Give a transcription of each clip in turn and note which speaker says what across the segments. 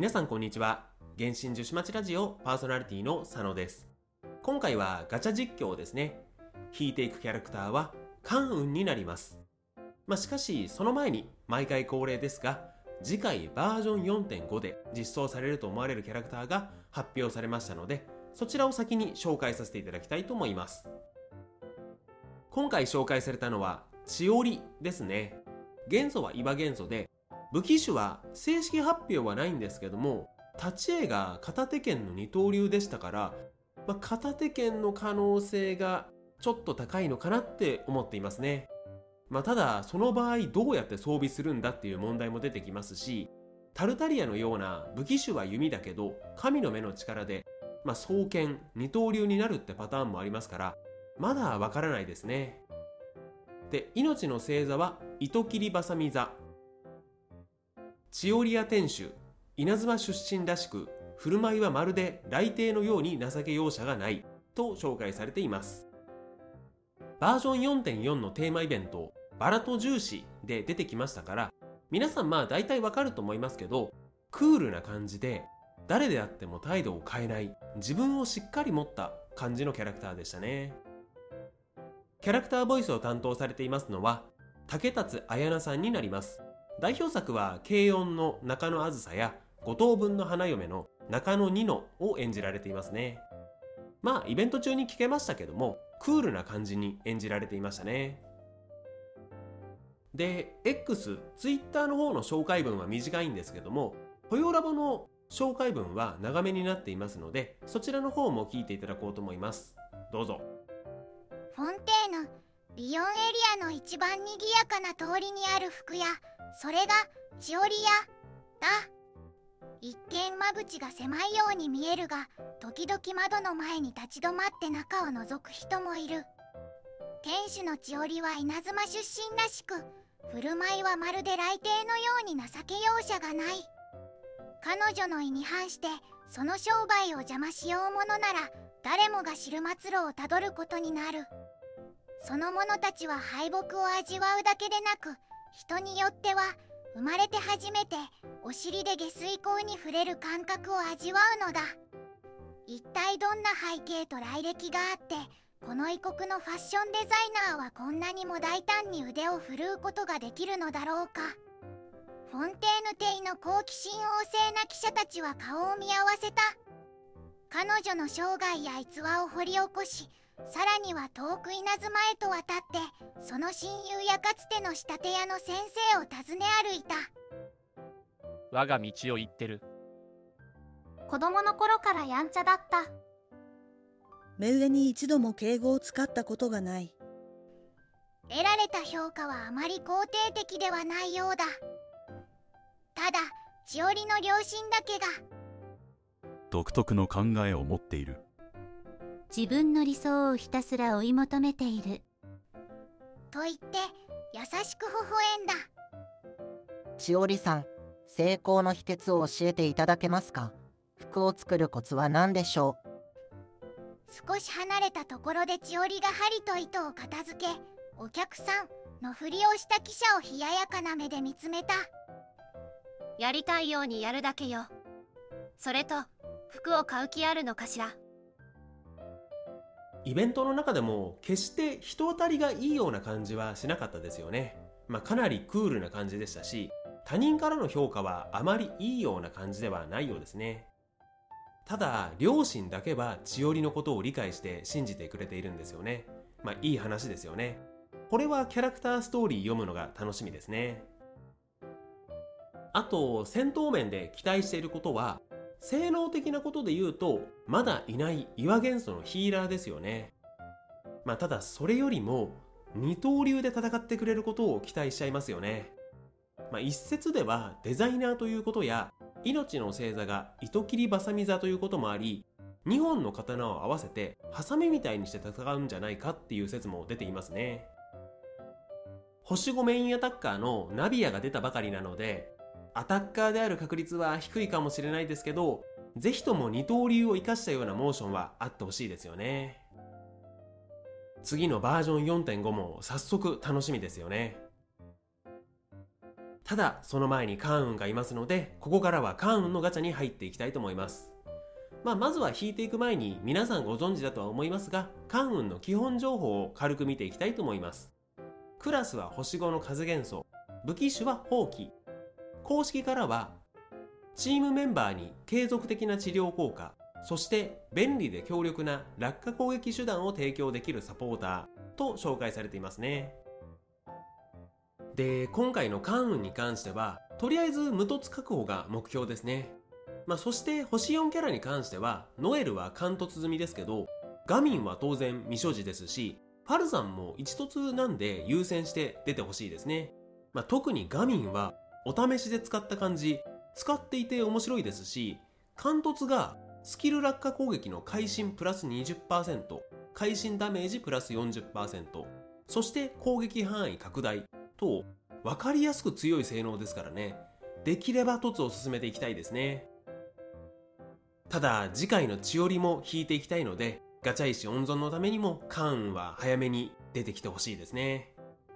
Speaker 1: 皆さんこんにちは。原神樹脂町ラジオパーソナリティの佐野です。今回はガチャ実況ですね。引いていくキャラクターは関羽になります。しかしその前に毎回恒例ですが、次回バージョン 4.5 で実装されると思われるキャラクターが発表されましたので、そちらを先に紹介させていただきたいと思います。今回紹介されたのは千織ですね。元素は岩元素で、武器種は正式発表はないんですけども、立ち絵が片手剣の二刀流でしたから、片手剣の可能性がちょっと高いのかなって思っていますね。ただその場合どうやって装備するんだっていう問題も出てきますし、タルタリアのような武器種は弓だけど神の目の力で双剣二刀流になるってパターンもありますから、まだわからないですね。で、命の星座は糸切りばさみ座。千織や天守、稲妻出身らしく、振る舞いはまるで雷帝のように情け容赦がないと紹介されています。バージョン 4.4 のテーマイベント、バラと重視で出てきましたから、皆さん大体わかると思いますけど、クールな感じで誰であっても態度を変えない、自分をしっかり持った感じのキャラクターでしたね。キャラクターボイスを担当されていますのは竹達彩奈さんになります。代表作は軽音の中野あずさや五等分の花嫁の中野ニノを演じられていますね。イベント中に聞けましたけども、クールな感じに演じられていましたね。で、Twitter の方の紹介文は短いんですけども、ポヨラボの紹介文は長めになっていますので、そちらの方も聞いていただこうと思います。どうぞ。
Speaker 2: フォンテーヌリヨンエリアの一番にぎやかな通りにある服屋、それが千織屋だ。一見間口が狭いように見えるが、時々窓の前に立ち止まって中を覗く人もいる。店主の千織は稲妻出身らしく、振る舞いはまるで雷帝のように情け容赦がない。彼女の意に反してその商売を邪魔しようものなら、誰もが知る末路をたどることになる。その者たちは敗北を味わうだけでなく、人によっては生まれて初めてお尻で下水口に触れる感覚を味わうのだ。一体どんな背景と来歴があって、この異国のファッションデザイナーはこんなにも大胆に腕を振るうことができるのだろうか。フォンテーヌ邸の好奇心旺盛な記者たちは顔を見合わせた。彼女の生涯や逸話を掘り起こし、さらには遠く稲妻へと渡って、その親友やかつての仕立て屋の先生を訪ね歩いた。
Speaker 3: 我が道を行ってる。
Speaker 4: 子供の頃からやんちゃだった。
Speaker 5: 目上に一度も敬語を使ったことがない。
Speaker 2: 得られた評価はあまり肯定的ではないようだ。ただ千織の両親だけが
Speaker 6: 独特の考えを持っている。
Speaker 7: 自分の理想をひたすら追い求めている
Speaker 2: と言って優しく微笑んだ。
Speaker 8: 千織さん、成功の秘訣を教えていただけますか？服を作るコツは何でしょう？
Speaker 2: 少し離れたところで千織が針と糸を片付け、お客さんのふりをした記者を冷ややかな目で見つめた。
Speaker 4: やりたいようにやるだけよ。それと服を買う気あるのかしら？
Speaker 1: イベントの中でも決して人当たりがいいような感じはしなかったですよね。かなりクールな感じでしたし、他人からの評価はあまりいいような感じではないようですね。ただ両親だけは千織のことを理解して信じてくれているんですよね。いい話ですよね。これはキャラクターストーリー読むのが楽しみですね。あと戦闘面で期待していることは、性能的なことで言うとまだいない岩元素のヒーラーですよね。ただそれよりも二刀流で戦ってくれることを期待しちゃいますよね。一説ではデザイナーということや、命の星座が糸切りばさみ座ということもあり、2本の刀を合わせてハサミみたいにして戦うんじゃないかっていう説も出ていますね。星5メインアタッカーのナビアが出たばかりなので、アタッカーである確率は低いかもしれないですけど、ぜひとも二刀流を生かしたようなモーションはあってほしいですよね。次のバージョン 4.5 も早速楽しみですよね。 ただその前にカーンがいますので、ここからはカーンのガチャに入っていきたいと思います。まずは引いていく前に皆さんご存知だとは思いますが、カーンの基本情報を軽く見ていきたいと思います。クラスは星5の風元素、武器種は放棄。公式からはチームメンバーに継続的な治療効果、そして便利で強力な落下攻撃手段を提供できるサポーターと紹介されていますね。で、今回のカーンに関してはとりあえず無凸確保が目標ですね。そして星4キャラに関してはノエルは貫突済みですけど、ガミンは当然未所持ですし、ファルザンも1凸なんで優先して出てほしいですね。特にガミンはお試しで使った感じ、使っていて面白いですし、貫突がスキル落下攻撃の会心プラス 20%、会心ダメージプラス 40%、そして攻撃範囲拡大と分かりやすく強い性能ですからね。できれば凸を進めていきたいですね。ただ次回の千織も引いていきたいので、ガチャ石温存のためにもカーンは早めに出てきてほしいですね。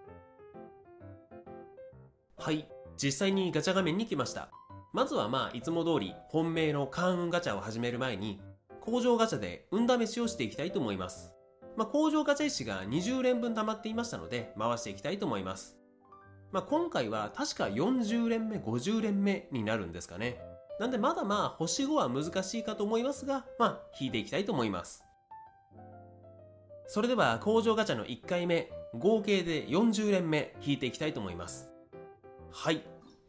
Speaker 1: はい、実際にガチャ画面に来ました。まずはいつも通り本命のカーンガチャを始める前に工場ガチャで運試しをしていきたいと思います。工場ガチャ石が20連分溜まっていましたので回していきたいと思います。今回は確か40連目50連目になるんですかね。なんでまだ星5は難しいかと思いますが、引いていきたいと思います。それでは工場ガチャの1回目合計で40連目引いていきたいと思います。はい、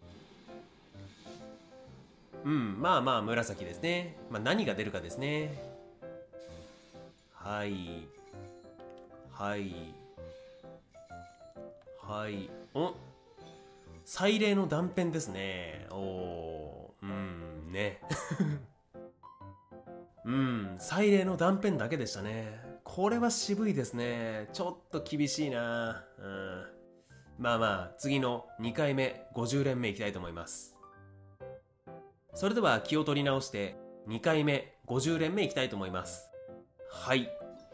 Speaker 1: 紫ですね。何が出るかですね。はいはいはい、祭礼の断片ですね。ね祭礼の断片だけでしたね。これは渋いですね。ちょっと厳しいな。次の2回目50連目いきたいと思います。それでは気を取り直して2回目50連目いきたいと思います。はい、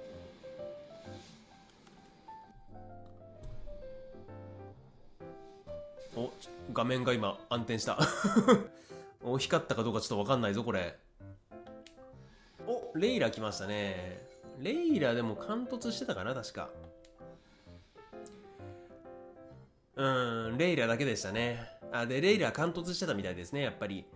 Speaker 1: 画面が今暗転した光ったかどうかちょっと分かんないぞこれ。レイラ来ましたね。レイラでも貫突してたかな確か。レイラだけでしたね。でレイラ貫突してたみたいですねやっぱり。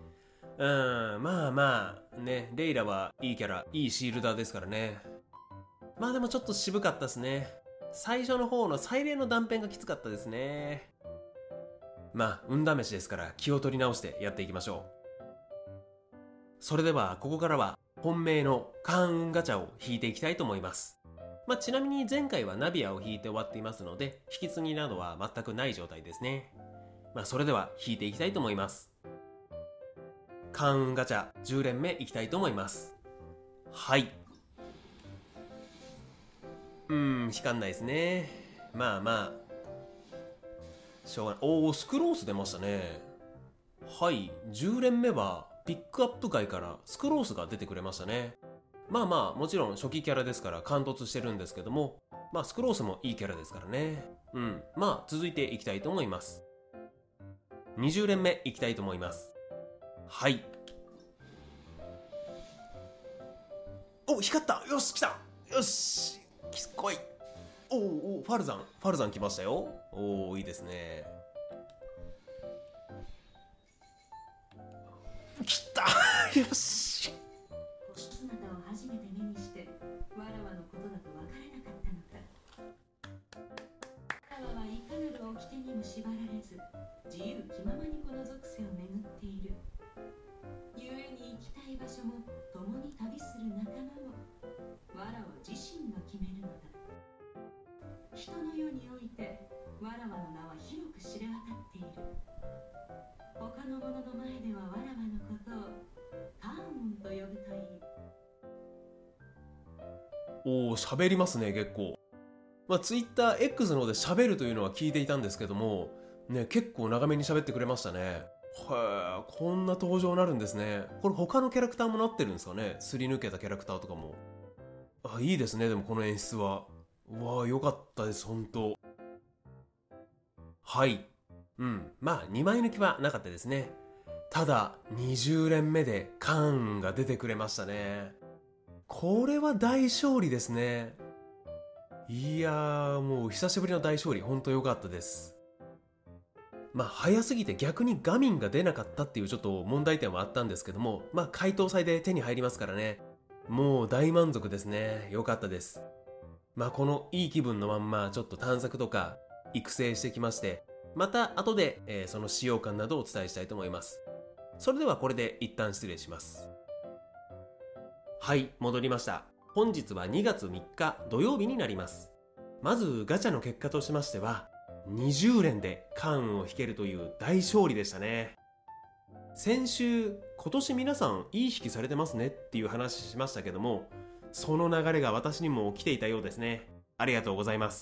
Speaker 1: ね、レイラはいいキャラ、いいシールダーですからね。でもちょっと渋かったですね。最初の方の祭礼の断片がきつかったですね。運試しですから気を取り直してやっていきましょう。それではここからは本命のカーンガチャを引いていきたいと思います。ちなみに前回はナビアを引いて終わっていますので、引き継ぎなどは全くない状態ですね。それでは引いていきたいと思います。カーンガチャ10連目いきたいと思います。はい、引かんないですね。しょうがない。スクロース出ましたね。はい、10連目はピックアップ外からスクロースが出てくれましたね。もちろん初期キャラですから貫突してるんですけども、スクロースもいいキャラですからね。続いていきたいと思います。20連目いきたいと思います。はい、光った。よし来た。よし来い。ファルザン来ましたよ。いいですね。来たよし。
Speaker 9: 姿を初めて目にしてわらわのことだと分からなかったのだ。わらわはいかなる掟にも縛られず自由気ままにこの属性を巡っている。故に行きたい場所も共に旅する仲間もわらわ自身が決めるのだ。人の世においてわらわの名は広く知れ渡っている。他の者の前ではわらわのことをカーンと呼ぶといい。
Speaker 1: 喋りますね結構。Twitter X の方で喋るというのは聞いていたんですけどもね、結構長めに喋ってくれましたね。こんな登場になるんですね。これ他のキャラクターもなってるんですかね。すり抜けたキャラクターとかも。いいですね。でもこの演出は良かったです本当。はい、 まあ2枚抜きはなかったですね。ただ20連目でカーンが出てくれましたね。これは大勝利ですね。いやー、もう久しぶりの大勝利、ほんと良かったです。早すぎて逆にガミンが出なかったっていうちょっと問題点はあったんですけども、解凍祭で手に入りますからね。もう大満足ですね。良かったです。このいい気分のまんまちょっと探索とか育成してきまして、また後で、その使用感などをお伝えしたいと思います。それではこれで一旦失礼します。はい、戻りました。本日は2月3日土曜日になります。まずガチャの結果としましては、20連でカーンを引けるという大勝利でしたね。先週、今年皆さんいい引きされてますねっていう話しましたけども、その流れが私にも来ていたようですね。ありがとうございます。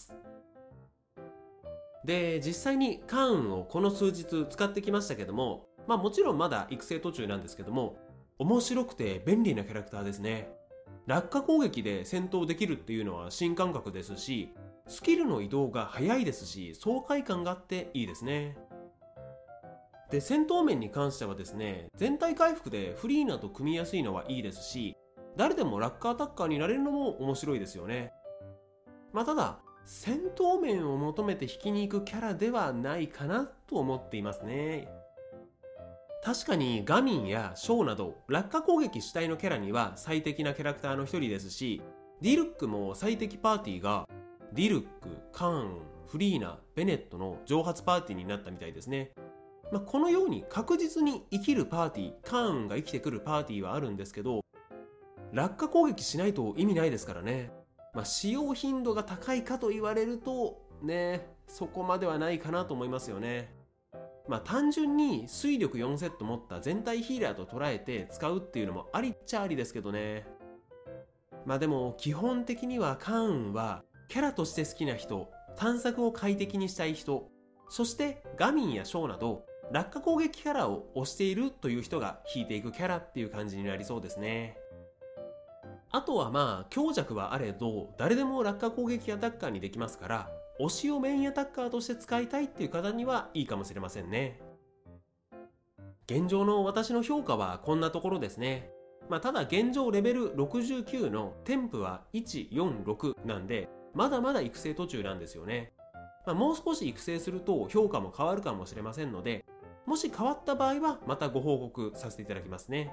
Speaker 1: で、実際にカーンをこの数日使ってきましたけども、もちろんまだ育成途中なんですけども、面白くて便利なキャラクターですね。落下攻撃で戦闘できるっていうのは新感覚ですし、スキルの移動が速いですし、爽快感があっていいですね。で、戦闘面に関してはですね、全体回復でフリーナと組みやすいのはいいですし、誰でも落下アタッカーになれるのも面白いですよね。ただ、戦闘面を求めて引きに行くキャラではないかなと思っていますね。確かにガミンやショーなど落下攻撃主体のキャラには最適なキャラクターの一人ですし、ディルックも最適パーティーがディルック、カーン、フリーナ、ベネットの蒸発パーティーになったみたいですね。このように確実に生きるパーティー、カーンが生きてくるパーティーはあるんですけど、落下攻撃しないと意味ないですからね。使用頻度が高いかと言われるとね、そこまではないかなと思いますよね。単純に水力4セット持った全体ヒーラーと捉えて使うっていうのもありっちゃありですけどね。でも基本的にはカーンはキャラとして好きな人、探索を快適にしたい人、そしてガミンやショーなど落下攻撃キャラを推しているという人が引いていくキャラっていう感じになりそうですね。あとは強弱はあれど誰でも落下攻撃アタッカーにできますから、推しをメインアタッカーとして使いたいっていう方にはいいかもしれませんね。現状の私の評価はこんなところですね。ただ現状レベル69の添付は146なんで、まだまだ育成途中なんですよね。もう少し育成すると評価も変わるかもしれませんので、もし変わった場合はまたご報告させていただきますね。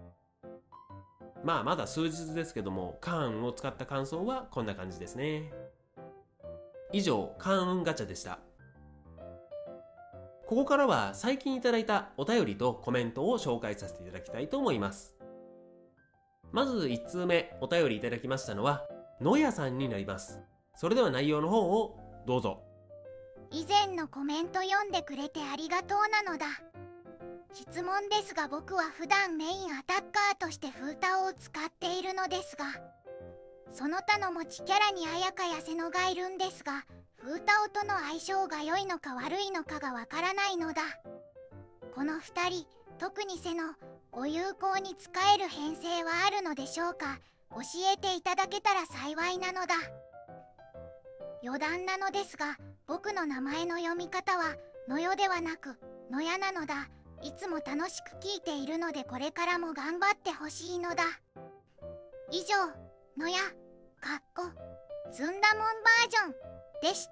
Speaker 1: まだ数日ですけども、カーンを使った感想はこんな感じですね。以上、カーンガチャでした。ここからは最近いただいたお便りとコメントを紹介させていただきたいと思います。まず1通目お便りいただきましたのは野谷さんになります。それでは内容の方をどうぞ。
Speaker 2: 以前のコメント読んでくれてありがとうなのだ。質問ですが、僕は普段メインアタッカーとしてフータを使っているのですが、その他の持ちキャラに綾香や瀬野がいるんですが、フータオとの相性が良いのか悪いのかがわからないのだ。この2人、特に瀬野を有効に使える編成はあるのでしょうか。教えていただけたら幸いなのだ。余談なのですが、僕の名前の読み方はのよではなくのやなのだ。いつも楽しく聞いているので、これからも頑張ってほしいのだ。以上、のやずんだもんバージョンでした。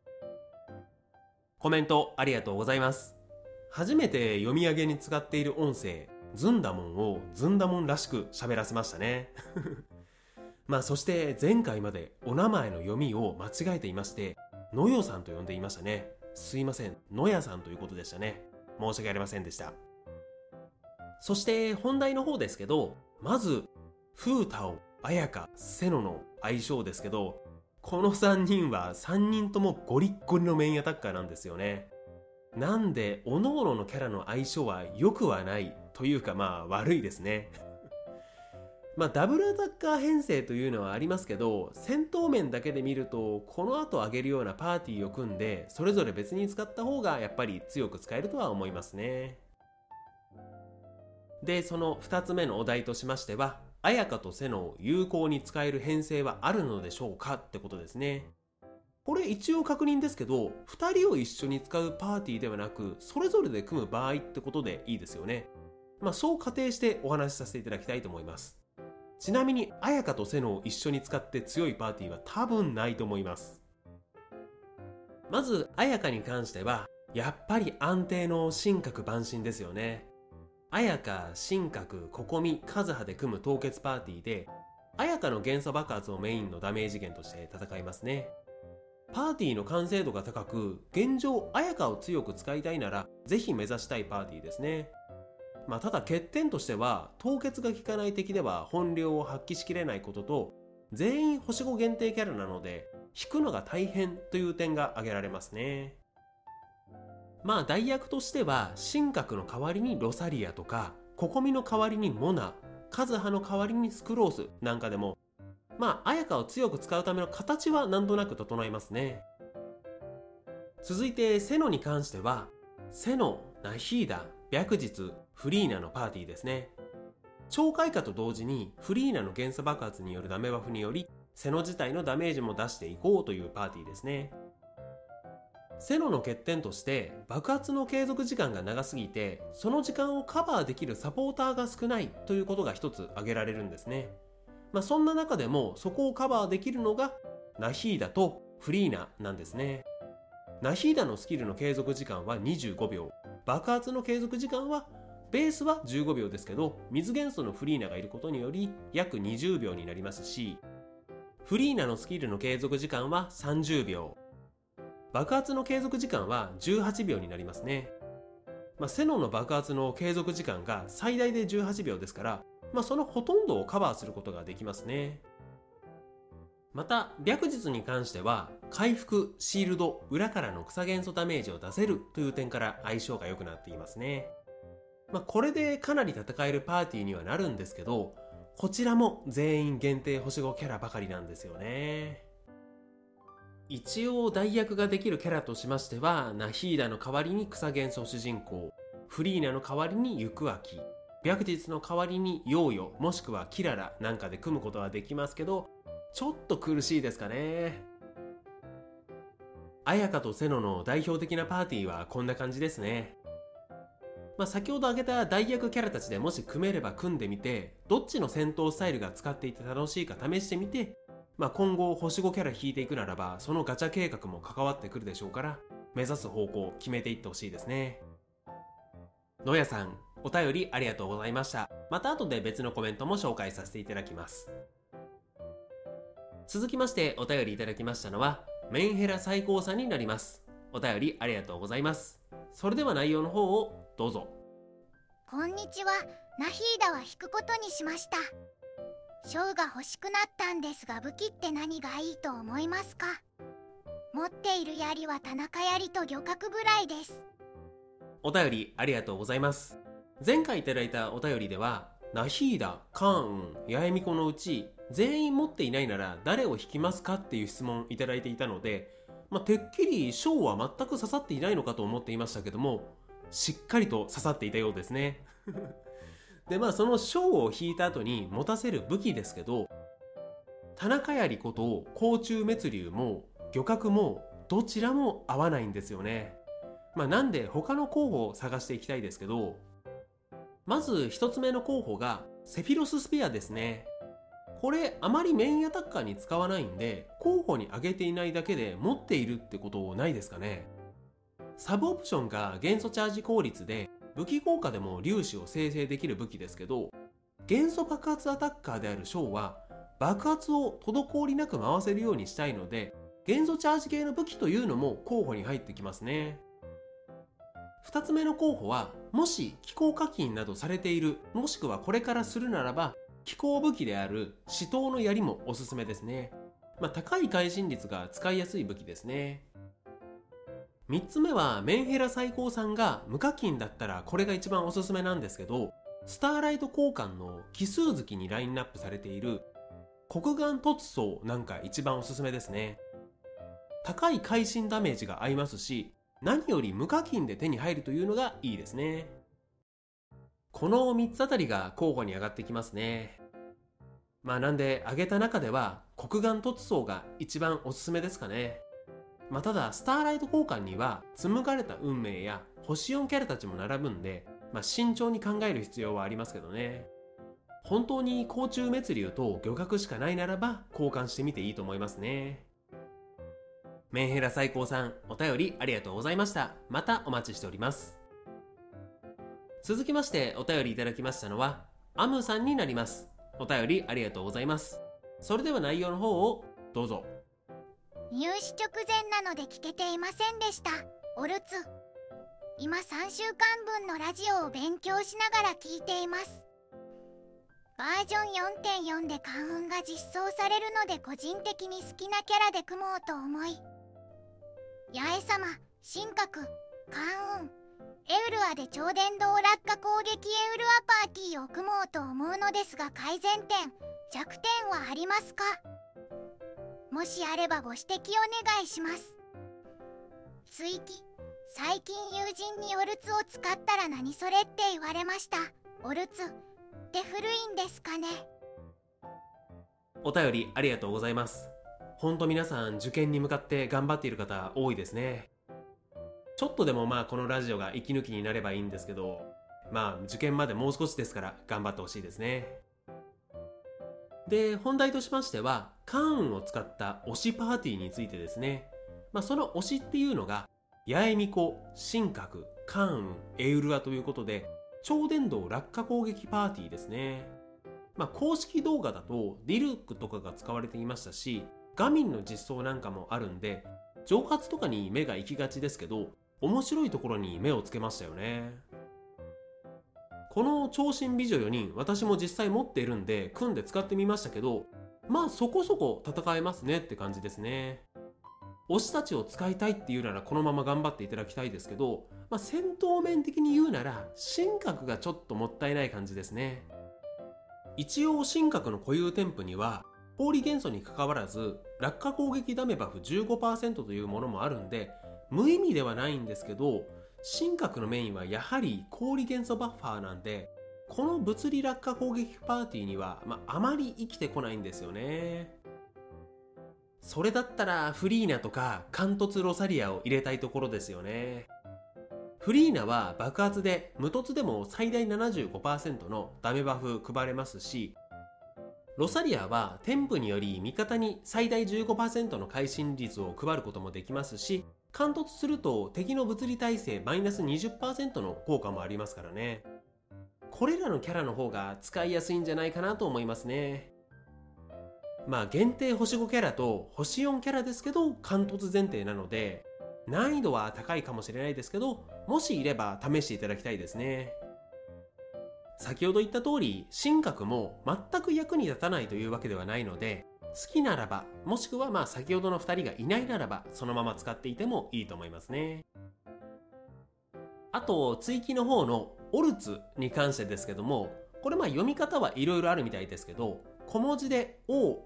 Speaker 1: コメントありがとうございます。初めて読み上げに使っている音声ずんだもんをずんだもんらしく喋らせましたね。そして前回までお名前の読みを間違えていまして、のよさんと呼んでいましたね。すいません、のやさんということでしたね。申し訳ありませんでした。そして本題の方ですけど、まずフータオ、綾香、セノの相性ですけど、この3人は3人ともゴリッゴリのメインアタッカーなんですよね。なんで各々のキャラの相性は良くはないというか、悪いですね。ダブルアタッカー編成というのはありますけど、戦闘面だけで見るとこの後挙げるようなパーティーを組んでそれぞれ別に使った方がやっぱり強く使えるとは思いますね。で、その2つ目のお題としましては、綾香と瀬野を有効に使える編成はあるのでしょうかってことですね。 これ一応確認ですけど、2人を一緒に使うパーティーではなく、それぞれで組む場合ってことでいいですよね。そう仮定してお話しさせていただきたいと思います。ちなみに彩香とセノを一緒に使って強いパーティーは多分ないと思います。まず彩香に関してはやっぱり安定の神格万神ですよね。彩香、神格、ココミ、カズハで組む凍結パーティーで、彩香の元素爆発をメインのダメージ源として戦いますね。パーティーの完成度が高く、現状彩香を強く使いたいならぜひ目指したいパーティーですね。ただ欠点としては、凍結が効かない敵では本領を発揮しきれないことと、全員星5限定キャラなので引くのが大変という点が挙げられますね。代役としては神格の代わりにロサリアとか、ココミの代わりにモナ、カズハの代わりにスクロースなんかでも、彩香を強く使うための形はなんとなく整いますね。続いてセノに関しては、セノ、ナヒーダ、白日、フリーナのパーティーですね。超開花と同時にフリーナの元素爆発によるダメバフによりセノ自体のダメージも出していこうというパーティーですね。セノの欠点として爆発の継続時間が長すぎて、その時間をカバーできるサポーターが少ないということが一つ挙げられるんですね。そんな中でもそこをカバーできるのがナヒーダとフリーナなんですね。ナヒーダのスキルの継続時間は25秒、爆発の継続時間はベースは15秒ですけど、水元素のフリーナがいることにより約20秒になりますし、フリーナのスキルの継続時間は30秒、爆発の継続時間は18秒になりますね。セノの爆発の継続時間が最大で18秒ですから、そのほとんどをカバーすることができますね。また白日に関しては回復、シールド、裏からの草元素ダメージを出せるという点から相性が良くなっていますね。これでかなり戦えるパーティーにはなるんですけど、こちらも全員限定星5キャラばかりなんですよね。一応代役ができるキャラとしましては、ナヒーダの代わりに草元素主人公、フリーナの代わりにユクアキ、白日の代わりにヨーヨもしくはキララなんかで組むことはできますけど、ちょっと苦しいですかね。彩香とセノの代表的なパーティーはこんな感じですね。先ほど挙げた代役キャラたちでもし組めれば組んでみて、どっちの戦闘スタイルが使っていて楽しいか試してみて、今後星5キャラ引いていくならばそのガチャ計画も関わってくるでしょうから、目指す方向を決めていってほしいですね。のやさん、お便りありがとうございました。また後で別のコメントも紹介させていただきます。続きましてお便りいただきましたのはメンヘラ最高さんになります。お便りありがとうございます。それでは内容の方をどうぞ。
Speaker 2: こんにちは。ナヒーダは引くことにしました。賞が欲しくなったんですが、武器って何がいいと思いますか？持っている槍は田中槍と漁獲ぐらいです。
Speaker 1: お便りありがとうございます。前回いただいたお便りでは、ナヒーダ、カーン、ヤエミコのうち全員持っていないなら誰を引きますかっていう質問いただいていたので、てっきり賞は全く刺さっていないのかと思っていましたけども、しっかりと刺さっていたようですね。でその賞を引いた後に持たせる武器ですけど、田中槍こと甲虫滅竜も漁獲もどちらも合わないんですよね。なんで他の候補を探していきたいですけど、まず一つ目の候補がセフィロススペアですね。これあまりメインアタッカーに使わないんで、候補に挙げていないだけで持っているってことないですかね。サブオプションが元素チャージ効率で武器効果でも粒子を生成できる武器ですけど、元素爆発アタッカーであるショーは爆発を滞りなく回せるようにしたいので、元素チャージ系の武器というのも候補に入ってきますね。2つ目の候補は、もし気候課金などされている、もしくはこれからするならば気候武器である死闘の槍もおすすめですね。高い会心率が使いやすい武器ですね。3つ目はメンヘラ最高さんが無課金だったらこれが一番おすすめなんですけど、スターライト交換の奇数月にラインナップされている黒岩突走なんか一番おすすめですね。高い会心ダメージが合いますし、何より無課金で手に入るというのがいいですね。この3つあたりが候補に上がってきますね。なんで挙げた中では黒岩突走が一番おすすめですかね。 ただスターライト交換には紡がれた運命や星4キャラたちも並ぶんで、慎重に考える必要はありますけどね。本当に甲虫滅竜と漁獲しかないならば交換してみていいと思いますね。メンヘラ最高さん、お便りありがとうございました。またお待ちしております。続きましてお便りいただきましたのはアムさんになります。お便りありがとうございます。それでは内容の方をどうぞ。
Speaker 2: 入試直前なので聞けていませんでした。オルツ。今3週間分のラジオを勉強しながら聞いています。バージョン 4.4 で関運が実装されるので個人的に好きなキャラで組もうと思い、八重様、神格、関運、エウルアで超電導落下攻撃エウルアパーティーを組もうと思うのですが、改善点、弱点はありますか？もしあればご指摘お願いします。追記、最近友人にオルツを使ったら何それって言われました。オルツって古いんですかね？
Speaker 1: お便りありがとうございます。ほんと皆さん受験に向かって頑張っている方多いですね。ちょっとでもこのラジオが息抜きになればいいんですけど、受験までもう少しですから頑張ってほしいですね。で、本題としましては関運を使った推しパーティーについてですね。その推しっていうのが八重巫女、神格、関運、エウルアということで、超電導落下攻撃パーティーですね。公式動画だとディルクとかが使われていましたし、ガミンの実装なんかもあるんで、蒸発とかに目が行きがちですけど、面白いところに目をつけましたよね。この超新美女4人、私も実際持っているんで組んで使ってみましたけど、そこそこ戦えますねって感じですね。推したちを使いたいっていうならこのまま頑張っていただきたいですけど、戦闘面的に言うなら神格がちょっともったいない感じですね。一応神格の固有添付には氷元素に関わらず落下攻撃ダメバフ 15% というものもあるんで、無意味ではないんですけど、神格のメインはやはり氷元素バッファーなんで、この物理落下攻撃パーティーには、あまり生きてこないんですよね。それだったらフリーナとか貫突ロサリアを入れたいところですよね。フリーナは爆発で無突でも最大 75% のダメバフ配れますし、ロサリアは添付により味方に最大 15% の会心率を配ることもできますし、貫突すると敵の物理耐性マイナス 20% の効果もありますからね。これらのキャラの方が使いやすいんじゃないかなと思いますね。限定星5キャラと星4キャラですけど貫突前提なので、難易度は高いかもしれないですけど、もしいれば試していただきたいですね。先ほど言った通り、神格も全く役に立たないというわけではないので、好きならば、もしくは先ほどの2人がいないならばそのまま使っていてもいいと思いますね。あと追記の方のオルツに関してですけども、これ読み方はいろいろあるみたいですけど、小文字で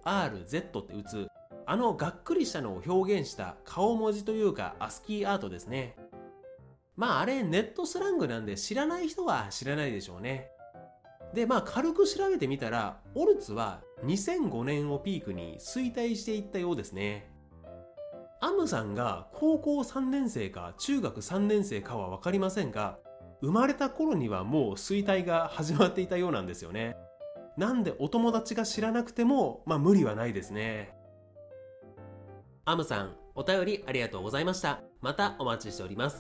Speaker 1: ORZ って打つがっくりしたのを表現した顔文字というかアスキーアートですね。あれネットスラングなんで知らない人は知らないでしょうね。で軽く調べてみたら、オルツは2005年をピークに衰退していったようですね。アムさんが高校3年生か中学3年生かは分かりませんが、生まれた頃にはもう衰退が始まっていたようなんですよね。なんでお友達が知らなくても無理はないですね。アムさん、お便りありがとうございました。またお待ちしております。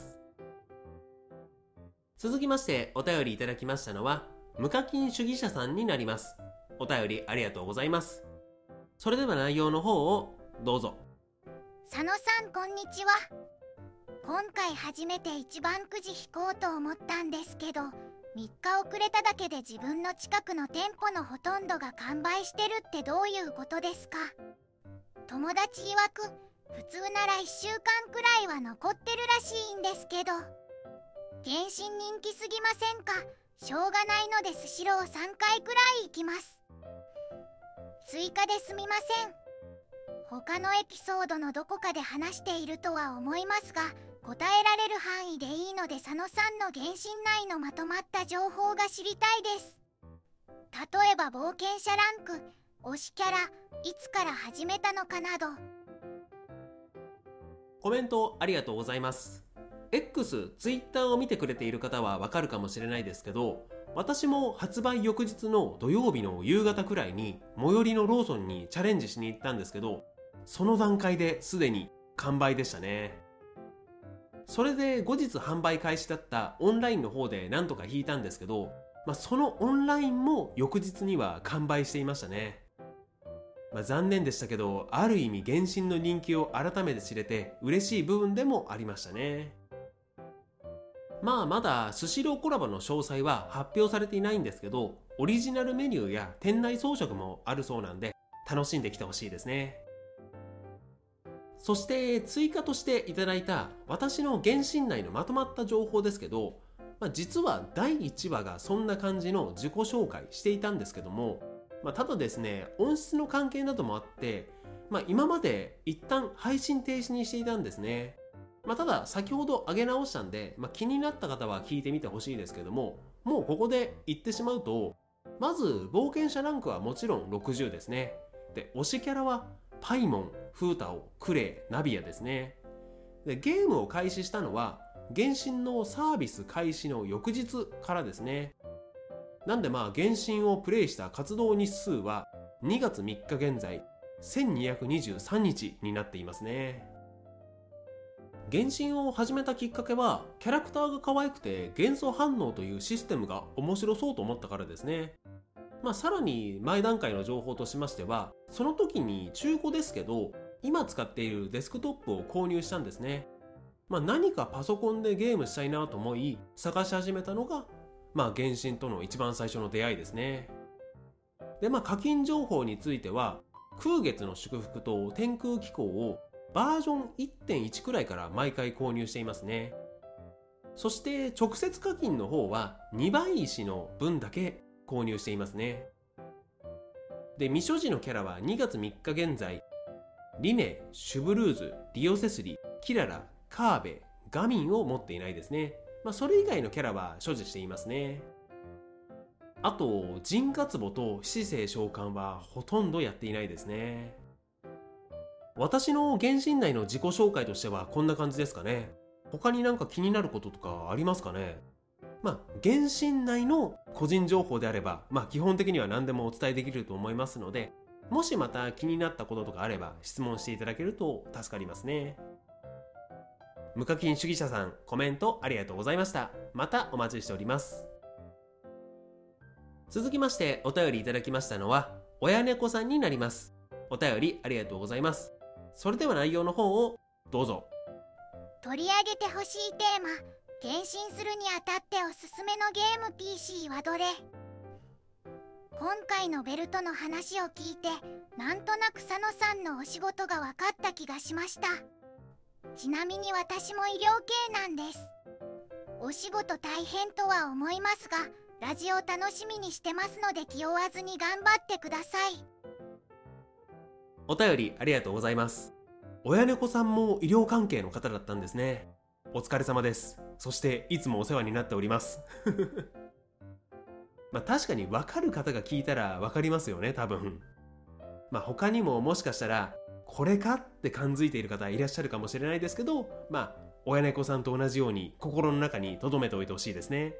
Speaker 1: 続きましてお便りいただきましたのは無課金主義者さんになります。お便りありがとうございます。それでは内容の方をどうぞ。
Speaker 2: 佐野さん、こんにちは。今回初めて一番くじ引こうと思ったんですけど、3日遅れただけで自分の近くの店舗のほとんどが完売してるってどういうことですか？友達曰く普通なら1週間くらいは残ってるらしいんですけど、原神人気すぎませんか？しょうがないのでスシロー3回くらい行きます。追加ですみません。他のエピソードのどこかで話しているとは思いますが、答えられる範囲でいいので佐野さんの原神内のまとまった情報が知りたいです。例えば冒険者ランク、推しキャラ、いつから始めたのかなど。
Speaker 1: コメントありがとうございます。X、Twitter を見てくれている方はわかるかもしれないですけど、私も発売翌日の土曜日の夕方くらいに最寄りのローソンにチャレンジしに行ったんですけど、その段階ですでに完売でしたね。それで後日販売開始だったオンラインの方でなんとか引いたんですけど、そのオンラインも翌日には完売していましたね。残念でしたけど、ある意味原神の人気を改めて知れて嬉しい部分でもありましたね。まだスシローコラボの詳細は発表されていないんですけど、オリジナルメニューや店内装飾もあるそうなんで、楽しんできてほしいですね。そして追加としていただいた私の原神内のまとまった情報ですけど、実は第1話がそんな感じの自己紹介していたんですけども、ただですね、音質の関係などもあって、今まで一旦配信停止にしていたんですね。ただ先ほど上げ直したんで、気になった方は聞いてみてほしいですけども、もうここで言ってしまうと、まず冒険者ランクはもちろん60ですね。で、推しキャラはパイモン、フータオ、クレイ、ナビアですね。で、ゲームを開始したのは原神のサービス開始の翌日からですね。なんで原神をプレイした活動日数は2月3日現在1223日になっていますね。原神を始めたきっかけは、キャラクターが可愛くて元素反応というシステムが面白そうと思ったからですね。さらに前段階の情報としましては、その時に中古ですけど今使っているデスクトップを購入したんですね。何かパソコンでゲームしたいなと思い探し始めたのが原神との一番最初の出会いですね。で、課金情報については空月の祝福と天空機構をバージョン 1.1 くらいから毎回購入していますね。そして直接課金の方は2倍石の分だけ購入していますね。で、未所持のキャラは2月3日現在リネ、シュブルーズ、リオセスリ、キララ、カーベ、ガミンを持っていないですね。それ以外のキャラは所持していますね。あと陣渇壺と七星召喚はほとんどやっていないですね。私の原神内の自己紹介としてはこんな感じですかね。他になんか気になることとかありますかね。原神内の個人情報であれば、基本的には何でもお伝えできると思いますので、もしまた気になったこととかあれば質問していただけると助かりますね。無課金主義者さん、コメントありがとうございました。またお待ちしております。続きましてお便りいただきましたのは親猫さんになります。お便りありがとうございます。それでは内容の方をどうぞ。
Speaker 2: 取り上げてほしいテーマ、変身するにあたっておすすめのゲーム PC はどれ？今回のベルトの話を聞いて、なんとなく佐野さんのお仕事が分かった気がしました。ちなみに私も医療系なんです。お仕事大変とは思いますが、ラジオ楽しみにしてますので気負わずに頑張ってください。
Speaker 1: お便りありがとうございます。親猫さんも医療関係の方だったんですね。お疲れ様です。そしていつもお世話になっております確かに分かる方が聞いたら分かりますよね、多分。他にももしかしたらこれかって感づいている方いらっしゃるかもしれないですけど、親猫さんと同じように心の中に留めておいてほしいですね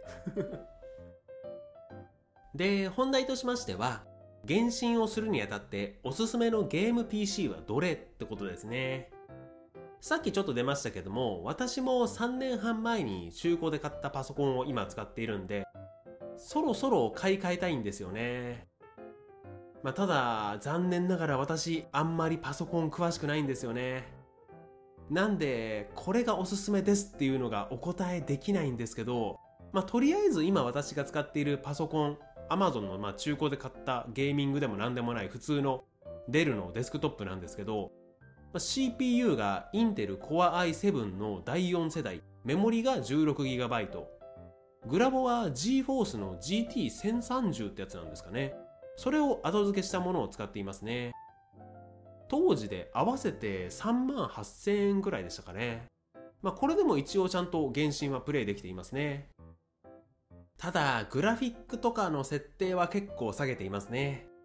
Speaker 1: で、本題としましては、原神をするにあたっておすすめのゲーム PC はどれってことですね。さっきちょっと出ましたけども、私も3年半前に中古で買ったパソコンを今使っているんで、そろそろ買い替えたいんですよね。ただ残念ながら私あんまりパソコン詳しくないんですよね。なんでこれがおすすめですっていうのがお答えできないんですけど、とりあえず今私が使っているパソコン、Amazon の中古で買ったゲーミングでも何でもない普通のデルのデスクトップなんですけど、CPU がインテル Core i7 の第4世代、メモリが 16GB、グラボは GForce の GT1030 ってやつなんですかね。それを後付けしたものを使っていますね。当時で合わせて38,000円くらいでしたかね。これでも一応ちゃんと原神はプレイできていますね。ただグラフィックとかの設定は結構下げていますね。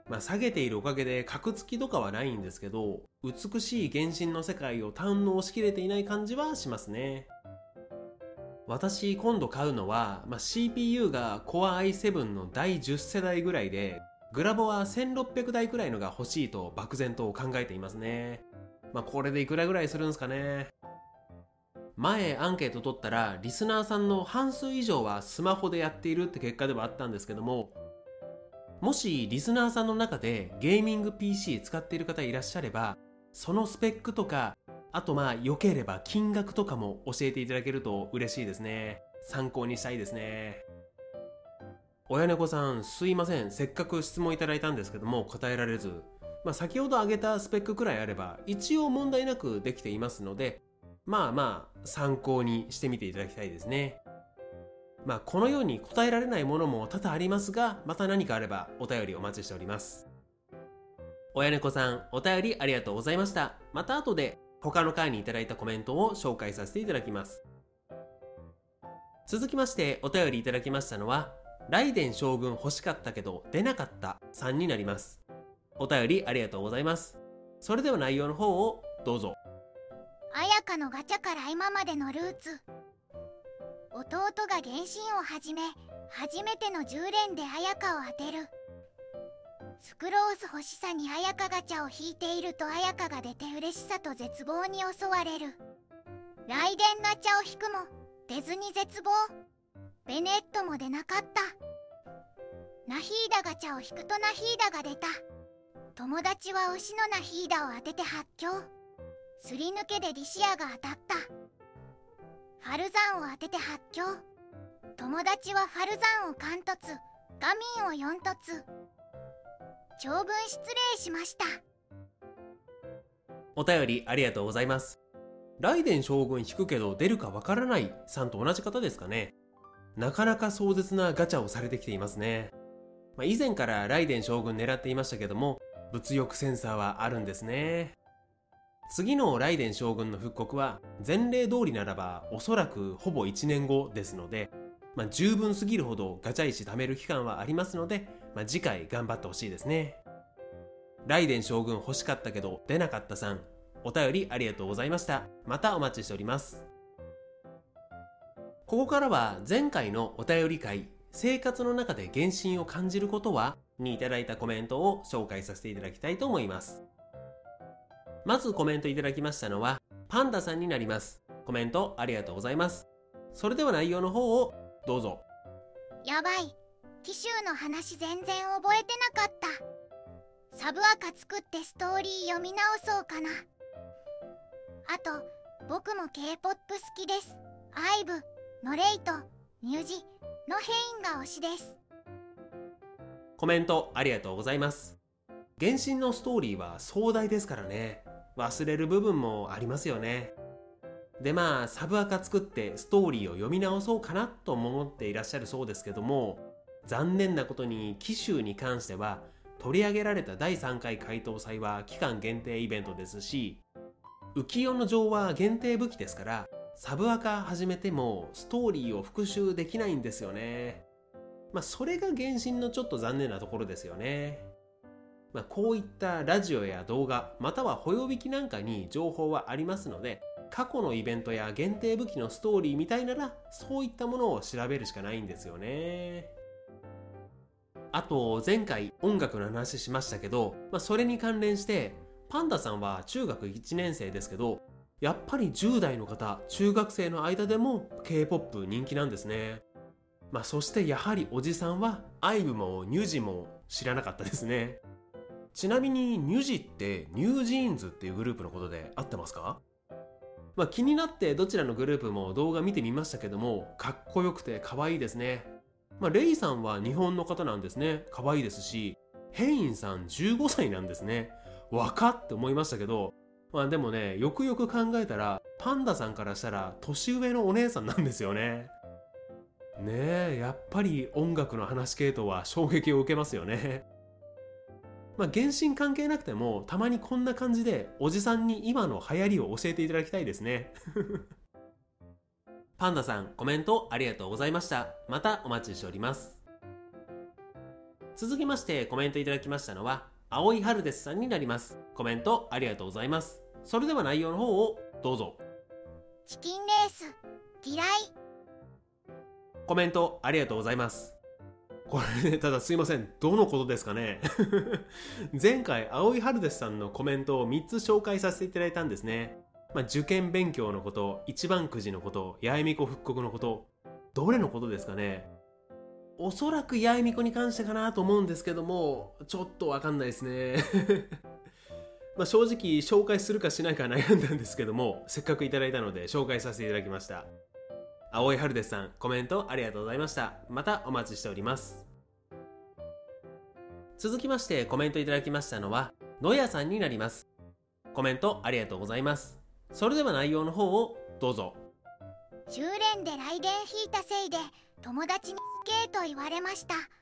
Speaker 1: 下げているおかげで格付きとかはないんですけど、美しい原神の世界を堪能しきれていない感じはしますね。私今度買うのは、CPU が Core i7 の第10世代ぐらいで、グラボは1600台くらいのが欲しいと漠然と考えていますね。これでいくらぐらいするんですかね。前アンケート取ったら、リスナーさんの半数以上はスマホでやっているって結果ではあったんですけども、もしリスナーさんの中でゲーミング PC 使っている方いらっしゃれば、そのスペックとか、あと良ければ金額とかも教えていただけると嬉しいですね。参考にしたいですね。親猫さん、すいません。せっかく質問いただいたんですけども答えられず、先ほど挙げたスペックくらいあれば一応問題なくできていますので、参考にしてみていただきたいですね。このように答えられないものも多々ありますが、また何かあればお便りお待ちしております。親猫さん、お便りありがとうございました。また後で他の回にいただいたコメントを紹介させていただきます。続きましてお便りいただきましたのは、ライデン将軍欲しかったけど出なかったさんになります。お便りありがとうございます。それでは内容の方をどうぞ。
Speaker 2: 綾香のガチャから今までのルーツ。弟が原神を始め、初めての10連で綾香を当てる。スクローズ欲しさに綾香ガチャを引いていると綾香が出て嬉しさと絶望に襲われる。ライデンガチャを引くも出ずに絶望。ベネットも出なかった。ナヒーダガチャを引くとナヒーダが出た。友達は推しのナヒーダを当てて発狂。すり抜けでリシアが当たった。ファルザンを当てて発狂。友達はファルザンを貫突、ガミンを4突。長文失礼しました。
Speaker 1: お便りありがとうございます。ライデン将軍引くけど出るかわからないさんと同じ方ですかね。なかなか壮絶なガチャをされてきていますね。以前からライデン将軍狙っていましたけども、物欲センサーはあるんですね。次のライデン将軍の復刻は前例通りならばおそらくほぼ1年後ですので、十分すぎるほどガチャ石貯める期間はありますので、次回頑張ってほしいですね。ライデン将軍欲しかったけど出なかったさん、お便りありがとうございました。またお待ちしております。ここからは前回のお便り会、生活の中で原神を感じることはにいただいたコメントを紹介させていただきたいと思います。まずコメントいただきましたのはパンダさんになります。コメントありがとうございます。それでは内容の方をどうぞ。
Speaker 2: やばい、紀州の話全然覚えてなかった。サブアカ作ってストーリー読み直そうかな。あと僕も K-POP 好きです。IVE、ノレイト、ニュージのヘインが推しです。
Speaker 1: コメントありがとうございます。原神のストーリーは壮大ですからね、忘れる部分もありますよね。でサブアカ作ってストーリーを読み直そうかなと思っていらっしゃるそうですけども、残念なことに紀州に関しては取り上げられた第3回解答祭は期間限定イベントですし、浮世の城は限定武器ですから、サブアカ始めてもストーリーを復習できないんですよね。それが原神のちょっと残念なところですよね。こういったラジオや動画、または保養引きなんかに情報はありますので、過去のイベントや限定武器のストーリーみたいならそういったものを調べるしかないんですよね。あと前回音楽の話しましたけど、それに関連してパンダさんは中学1年生ですけど、やっぱり10代の方、中学生の間でも K-POP 人気なんですね。そしてやはりおじさんはIVEもニュージも知らなかったですね。ちなみにニュジってニュージーンズっていうグループのことで合ってますか？気になってどちらのグループも動画見てみましたけども、かっこよくて可愛いですね。レイさんは日本の方なんですね。可愛いですし、ヘインさん15歳なんですね。若って思いましたけど、でもね、よくよく考えたらパンダさんからしたら年上のお姉さんなんですよね。やっぱり音楽の話系統は衝撃を受けますよね。原神関係なくてもたまにこんな感じでおじさんに今の流行りを教えていただきたいですね。パンダさん、コメントありがとうございました。またお待ちしております。 続きましてコメントいただきましたのは青い春ですさんになります。コメントありがとうございます。それでは内容の方をどうぞ。
Speaker 2: チキンレース嫌い。
Speaker 1: コメントありがとうございます。これね、ただすいません、どのことですかね前回青い春ですさんのコメントを3つ紹介させていただいたんですね。受験勉強のこと、一番くじのこと、八重巫女復刻のこと、どれのことですかね。おそらく八重巫女に関してかなと思うんですけども、ちょっとわかんないですね正直紹介するかしないか悩んだんですけども、せっかくいただいたので紹介させていただきました。青い春ですさん、コメントありがとうございました。またお待ちしております。続きましてコメントいただきましたのは野谷さんになります。コメントありがとうございます。それでは内容の方をどうぞ。
Speaker 2: 10連で雷電引いたせいで友達にスケーと言われました。はは。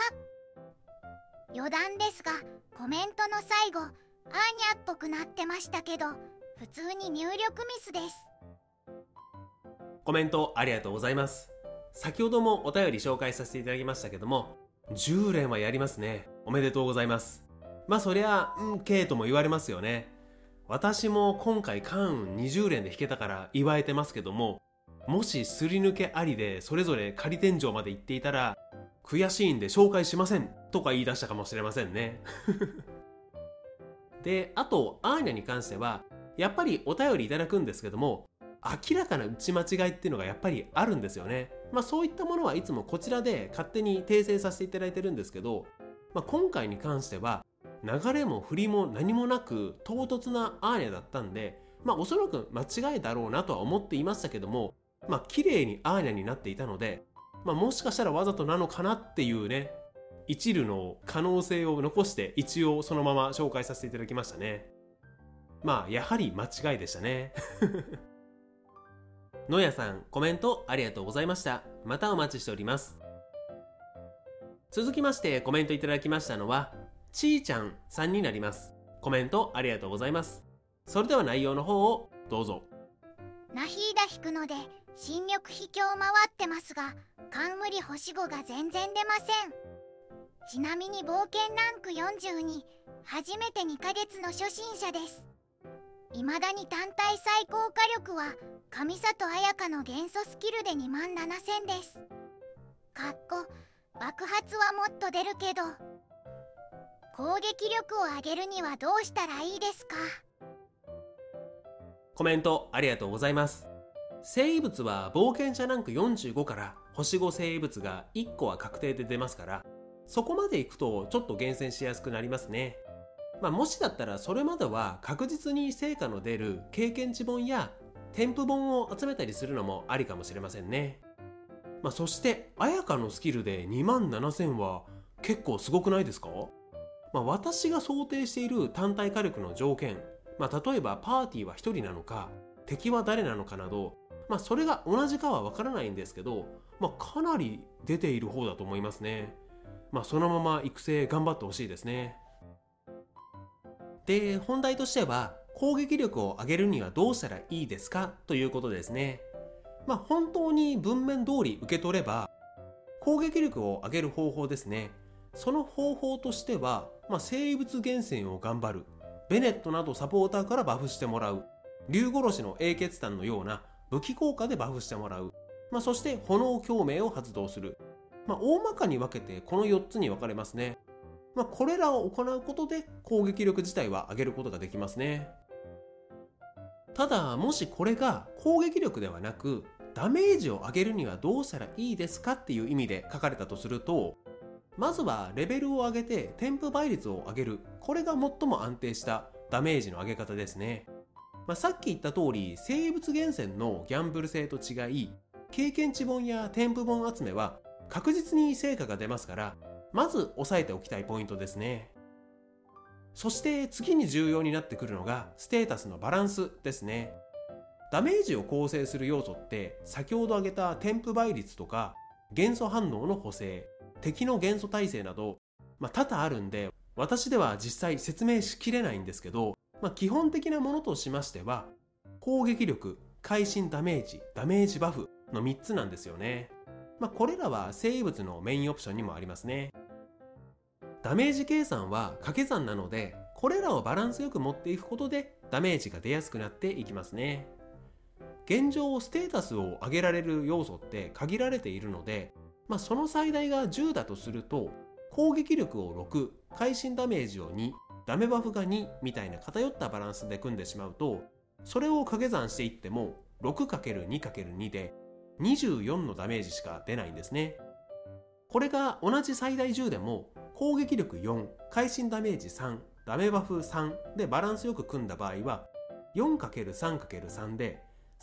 Speaker 2: 余談ですがコメントの最後アーニャっぽくなってましたけど普通に入力ミスです。
Speaker 1: コメントありがとうございます。先ほどもお便り紹介させていただきましたけども、10連はやりますね。おめでとうございます。そりゃK とも言われますよね。私も今回関運20連で引けたから祝えてますけども、もしすり抜けありでそれぞれ仮天井まで行っていたら悔しいんで紹介しませんとか言い出したかもしれませんねで、あとアーニャに関してはやっぱりお便りいただくんですけども、明らかな打ち間違いっていうのがやっぱりあるんですよね。そういったものはいつもこちらで勝手に訂正させていただいてるんですけど、今回に関しては流れも振りも何もなく唐突なアーニャだったんで、おそらく間違いだろうなとは思っていましたけども、綺麗にアーニャになっていたので、もしかしたらわざとなのかなっていうね、一縷の可能性を残して一応そのまま紹介させていただきましたね。やはり間違いでしたね野谷さん、コメントありがとうございました。またお待ちしております。続きましてコメントいただきましたのはちーちゃんさんになります。コメントありがとうございます。それでは内容の方をどうぞ。
Speaker 2: ナヒーダ引くので新緑秘境回ってますが冠星5が全然出ません。ちなみに冒険ランク42、初めて2ヶ月の初心者です。未だに単体最高火力は上里彩香の元素スキルで27000です。爆発はもっと出るけど攻撃力を上げるにはどうしたらいいですか。
Speaker 1: コメントありがとうございます。生物は冒険者ランク45から星5生物が1個は確定で出ますから、そこまで行くとちょっと厳選しやすくなりますね。もしだったらそれまでは確実に成果の出る経験値本や添付本を集めたりするのもありかもしれませんね。そして彩香のスキルで27000は結構すごくないですか。私が想定している単体火力の条件、例えばパーティーは1人なのか敵は誰なのかなど、それが同じかはわからないんですけど、かなり出ている方だと思いますね。そのまま育成頑張ってほしいですね。で、本題としては攻撃力を上げるにはどうしたらいいですかということですね。本当に文面通り受け取れば攻撃力を上げる方法ですね。その方法としては、生物厳選を頑張る、ベネットなどサポーターからバフしてもらう、竜殺しの英傑弾のような武器効果でバフしてもらう、そして炎共鳴を発動する、大まかに分けてこの4つに分かれますね。これらを行うことで攻撃力自体は上げることができますね。ただ、もしこれが攻撃力ではなくダメージを上げるにはどうしたらいいですかっていう意味で書かれたとすると、まずはレベルを上げて添付倍率を上げる、これが最も安定したダメージの上げ方ですね。さっき言った通り生物厳選のギャンブル性と違い、経験値本や添付本集めは確実に成果が出ますから、まず押さえておきたいポイントですね。そして次に重要になってくるのがステータスのバランスですね。ダメージを構成する要素って先ほど挙げた添付倍率とか元素反応の補正、敵の元素耐性など、多々あるんで私では実際説明しきれないんですけど、基本的なものとしましては攻撃力、会心ダメージ、ダメージバフの3つなんですよね。これらは生物のメインオプションにもありますね。 ダメージ計算は掛け算なので、これらをバランスよく持っていくことでダメージが出やすくなっていきますね。現状ステータスを上げられる要素って限られているので、その最大が10だとすると、攻撃力を6、会心ダメージを2、ダメバフが2みたいな偏ったバランスで組んでしまうと、それを掛け算していっても 6×2×2 で24のダメージしか出ないんですね。これが同じ最大10でも攻撃力4、会心ダメージ3、ダメバフ3でバランスよく組んだ場合は 4×3×3 で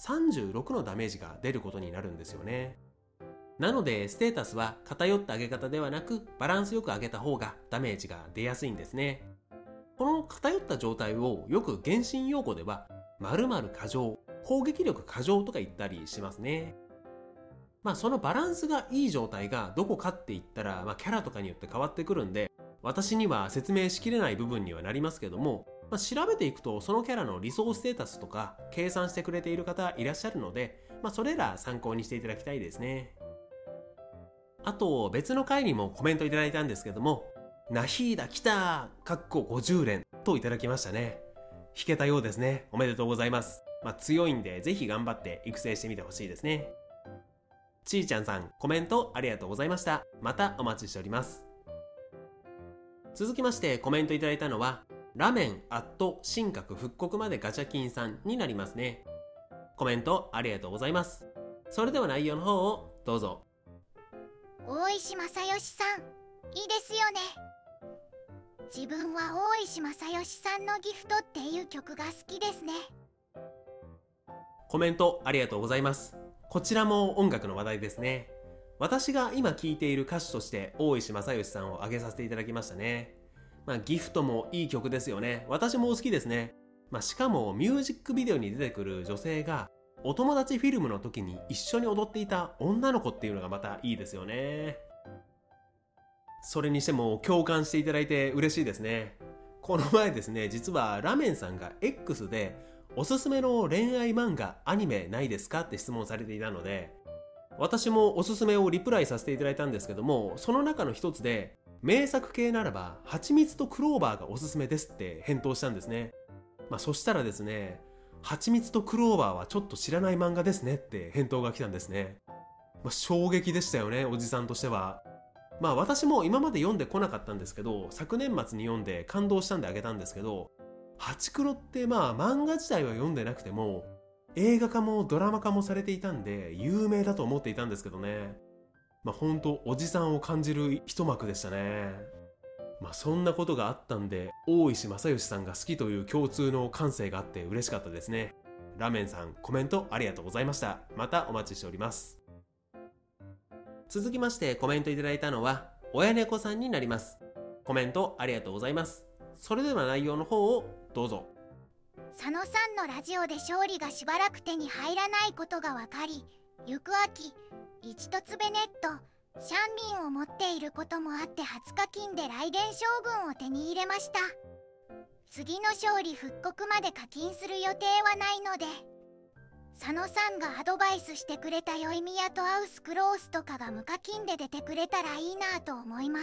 Speaker 1: 36のダメージが出ることになるんですよね。なのでステータスは偏った上げ方ではなく、バランスよく上げた方がダメージが出やすいんですね。この偏った状態をよく原神用語では〇〇過剰、攻撃力過剰とか言ったりしますね。そのバランスがいい状態がどこかって言ったら、キャラとかによって変わってくるんで、私には説明しきれない部分にはなりますけども、調べていくとそのキャラの理想ステータスとか計算してくれている方いらっしゃるので、それら参考にしていただきたいですね。あと別の回にもコメントいただいたんですけども、ナヒーダ来た50連といただきましたね。弾けたようですね。おめでとうございます。強いんでぜひ頑張って育成してみてほしいですね。ちーちゃんさん、コメントありがとうございました。またお待ちしております。続きましてコメントいただいたのは、ラメン神格復刻までガチャキンさんになりますね。コメントありがとうございます。それでは内容の方をどうぞ。
Speaker 2: 大石正義さん、いいですよね。自分は大石正義さんのギフトっていう曲が好きですね。
Speaker 1: コメントありがとうございます。こちらも音楽の話題ですね。私が今聴いている歌手として大石正義さんを挙げさせていただきましたね。ギフトもいい曲ですよね。私も好きですね。しかもミュージックビデオに出てくる女性がお友達フィルムの時に一緒に踊っていた女の子っていうのがまたいいですよね。それにしても共感していただいて嬉しいですね。この前ですね、実はラメンさんが X でおすすめの恋愛漫画アニメないですかって質問されていたので、私もおすすめをリプライさせていただいたんですけども、その中の一つで名作系ならば蜂蜜とクローバーがおすすめですって返答したんですね。そしたらですね、蜂蜜とクローバーはちょっと知らない漫画ですねって返答が来たんですね。衝撃でしたよね、おじさんとしては。私も今まで読んでこなかったんですけど、昨年末に読んで感動したんであげたんですけど、ハチクロって漫画自体は読んでなくても映画化もドラマ化もされていたんで有名だと思っていたんですけどね。ほんとおじさんを感じる一幕でしたね。そんなことがあったんで、大石正義さんが好きという共通の感性があって嬉しかったですね。ラメンさん、コメントありがとうございました。またお待ちしております。続きましてコメントいただいたのは親猫さんになります。コメントありがとうございます。それでは内容の方をどうぞ。
Speaker 2: 佐野さんのラジオで勝利がしばらく手に入らないことが分かり、行く秋一突ベネットシャンリンを持っていることもあって20日金で雷電将軍を手に入れました。次の勝利復刻まで課金する予定はないので、佐野さんがアドバイスしてくれたヨイミヤとアウスクロースとかが無課金で出てくれたらいいなと思います。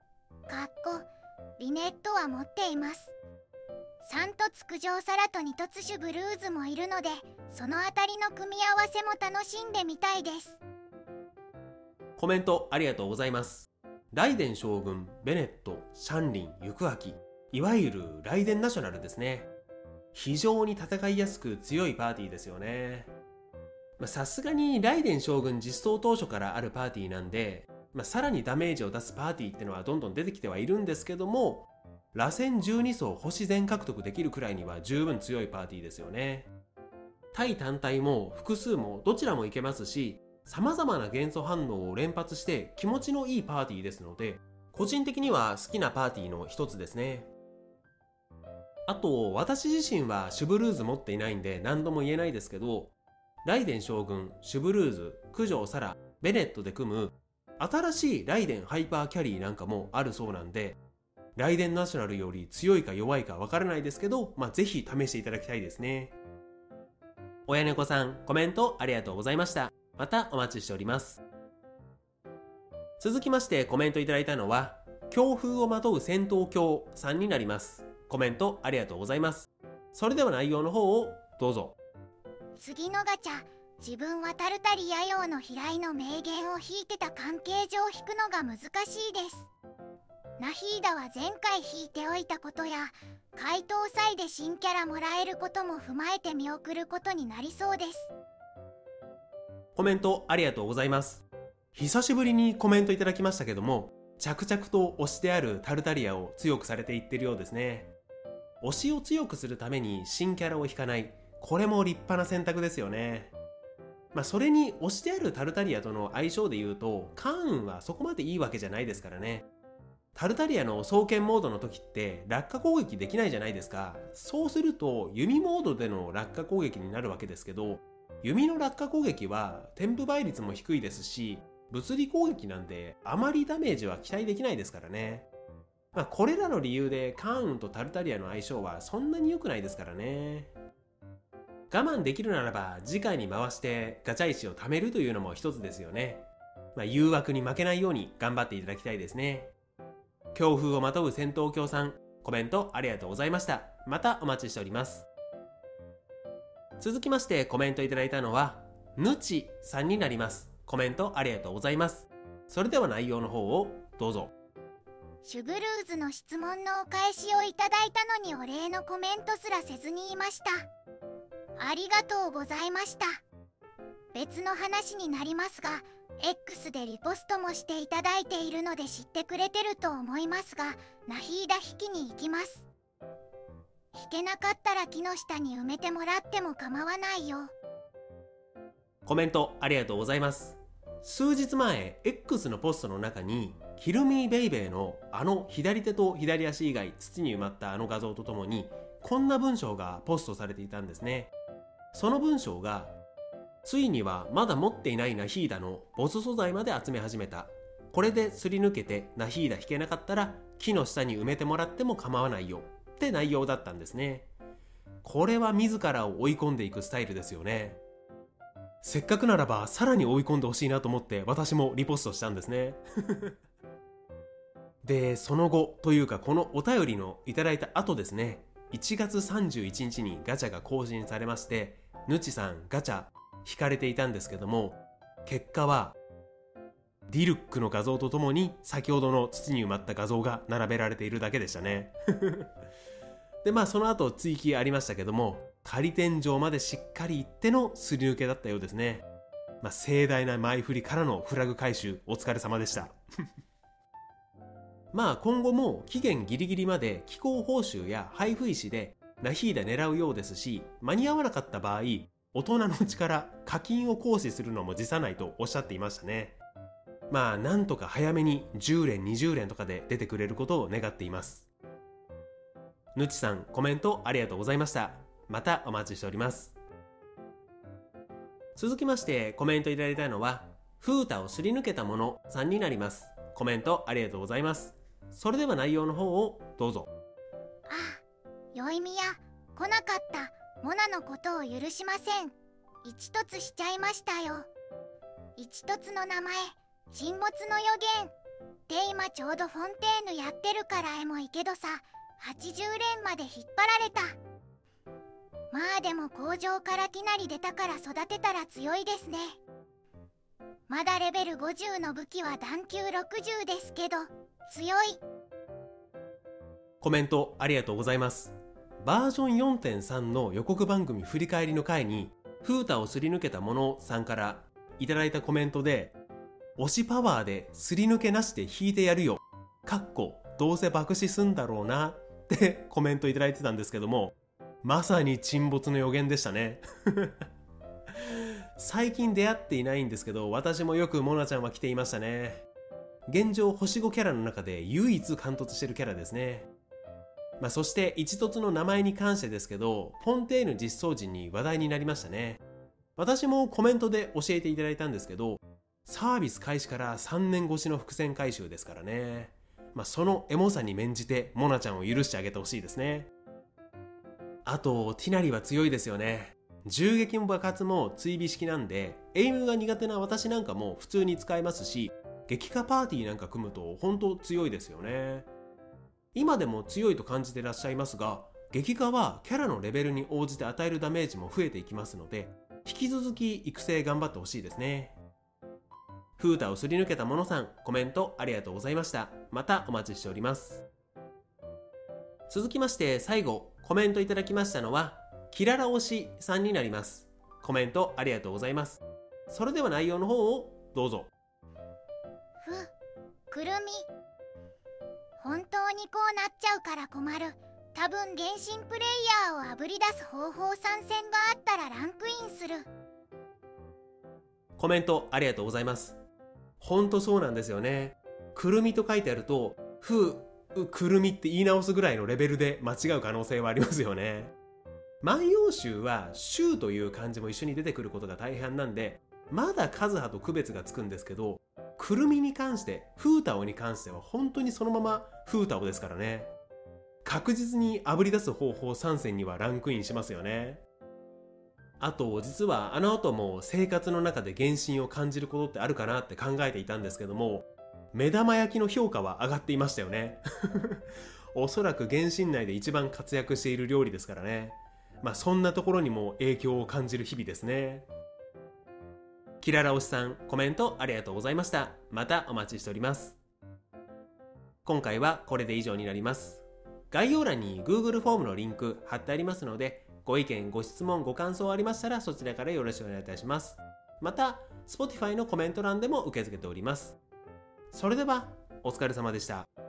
Speaker 2: リネットは持っています。3突九条サラと2突種ブルーズもいるので、そのあたりの組み合わせも楽しんでみたいです。
Speaker 1: コメントありがとうございます。雷電将軍、ベネット、シャンリン、行く秋、いわゆる雷電ナショナルですね。非常に戦いやすく強いパーティーですよね。さすがに雷電将軍実装当初からあるパーティーなんで、さらにダメージを出すパーティーってのはどんどん出てきてはいるんですけども、螺旋12層星全獲得できるくらいには十分強いパーティーですよね。対単体も複数もどちらもいけますし、様々な元素反応を連発して気持ちのいいパーティーですので、個人的には好きなパーティーの一つですね。あと私自身はシュブルーズ持っていないんで何度も言えないですけど、雷電将軍、シュブルーズ、九条サラ、ベネットで組む新しい雷電ハイパーキャリーなんかもあるそうなんで、雷電ナショナルより強いか弱いかわからないですけど、ぜひ試していただきたいですね。親猫さん、コメントありがとうございました。またお待ちしております。続きましてコメントいただいたのは強風をまとう戦闘狂さんになります。コメントありがとうございます。それでは内容の方をどうぞ。
Speaker 2: 次のガチャ、自分はタルタリア王の飛来の名言を引いてた関係上引くのが難しいです。ナヒーダは前回引いておいたことや回答祭で新キャラもらえることも踏まえて見送ることになりそうです。
Speaker 1: コメントありがとうございます。久しぶりにコメントいただきましたけども、着々と推しであるタルタリアを強くされていってるようですね。推しを強くするために新キャラを引かない、これも立派な選択ですよね。それに推しであるタルタリアとの相性で言うと、カーンはそこまでいいわけじゃないですからね。タルタリアの双剣モードの時って落下攻撃できないじゃないですか。そうすると弓モードでの落下攻撃になるわけですけど、弓の落下攻撃は添付倍率も低いですし、物理攻撃なんであまりダメージは期待できないですからね。これらの理由でカーンとタルタリアの相性はそんなに良くないですからね。我慢できるならば次回に回してガチャ石を貯めるというのも一つですよね。誘惑に負けないように頑張っていただきたいですね。強風をまとう戦闘狂さん、コメントありがとうございました。またお待ちしております。続きましてコメントいただいたのはぬちさんになります。コメントありがとうございます。それでは内容の方をどうぞ。
Speaker 2: シュグルーズの質問のお返しをいただいたのにお礼のコメントすらせずにいました。ありがとうございました。別の話になりますが、X でリポストもしていただいているので知ってくれてると思いますが、ナヒーダ引きに行きます。引けなかったら木の下に埋めてもらっても構わないよ。
Speaker 1: コメントありがとうございます。数日前 X のポストの中にキルミーベイベーのあの左手と左足以外土に埋まったあの画像とともにこんな文章がポストされていたんですね。その文章が、ついにはまだ持っていないナヒーダのボス素材まで集め始めた。これですり抜けてナヒーダ引けなかったら木の下に埋めてもらっても構わないよって内容だったんですね。これは自らを追い込んでいくスタイルですよね。せっかくならばさらに追い込んでほしいなと思って私もリポストしたんですねで、その後というかこのお便りのいただいた後ですね、1月31日にガチャが更新されまして、ぬちさんガチャ引かれていたんですけども、結果はディルックの画像とともに先ほどの土に埋まった画像が並べられているだけでしたねで、その後追記ありましたけども、仮天井までしっかり行ってのすり抜けだったようですね。盛大な前振りからのフラグ回収お疲れ様でした今後も期限ギリギリまで寄稿報酬や配布石でナヒーダ狙うようですし、間に合わなかった場合大人の力課金を行使するのも辞さないとおっしゃっていましたね。なんとか早めに10連20連とかで出てくれることを願っています。ぬちさんコメントありがとうございました。またお待ちしております。続きましてコメントいただいたのはフータをすり抜けたものさんになります。コメントありがとうございます。それでは内容の方をどうぞ。
Speaker 2: よいみや来なかったモナのことを許しません。一突しちゃいましたよ。一突の名前沈没の予言で今ちょうどフォンテーヌやってるからえもいいけどさ、80連まで引っ張られた。でも工場からきなり出たから育てたら強いですね。まだレベル50の武器は段級60ですけど強い。
Speaker 1: コメントありがとうございます。バージョン 4.3 の予告番組振り返りの回にフータをすり抜けたものさんからいただいたコメントで、推しパワーですり抜けなしで引いてやるよどうせ爆死すんだろうなってコメントいただいてたんですけども、まさに沈没の予言でしたね最近出会っていないんですけど、私もよくモナちゃんは来ていましたね。現状星5キャラの中で唯一貫突してるキャラですね。そして一突の名前に関してですけど、フォンテーヌ実装時に話題になりましたね。私もコメントで教えていただいたんですけど、サービス開始から3年越しの伏線回収ですからね。そのエモさに免じてモナちゃんを許してあげてほしいですね。あとティナリは強いですよね。銃撃も爆発も追尾式なんで、エイムが苦手な私なんかも普通に使えますし、 激化パーティーなんか組むと本当強いですよね。今でも強いと感じていらっしゃいますが、激化はキャラのレベルに応じて与えるダメージも増えていきますので、引き続き育成頑張ってほしいですね。フータをすり抜けたものさん、コメントありがとうございました。またお待ちしております。続きまして最後、コメントいただきましたのはキララ推しさんになります。コメントありがとうございます。それでは内容の方をどうぞ。
Speaker 2: くるみ、本当にこうなっちゃうから困る。多分原神プレイヤーをあぶり出す方法参戦があったらランクインする。
Speaker 1: コメントありがとうございます。本当そうなんですよね。くるみと書いてあるとくるみって言い直すぐらいのレベルで間違う可能性はありますよね。万葉集は集という漢字も一緒に出てくることが大半なんで、まだ和葉と区別がつくんですけど、くるみに関してフータオに関しては本当にそのままフータオですからね。確実にあぶり出す方法参戦にはランクインしますよね。あと実はあの後も生活の中で原神を感じることってあるかなって考えていたんですけども、目玉焼きの評価は上がっていましたよね。おそらく原神内で一番活躍している料理ですからね。そんなところにも影響を感じる日々ですね。キララ推しさん、コメントありがとうございました。またお待ちしております。今回はこれで以上になります。概要欄に Google フォームのリンク貼ってありますので、ご意見、ご質問、ご感想ありましたらそちらからよろしくお願いいたします。また Spotify のコメント欄でも受け付けております。それではお疲れ様でした。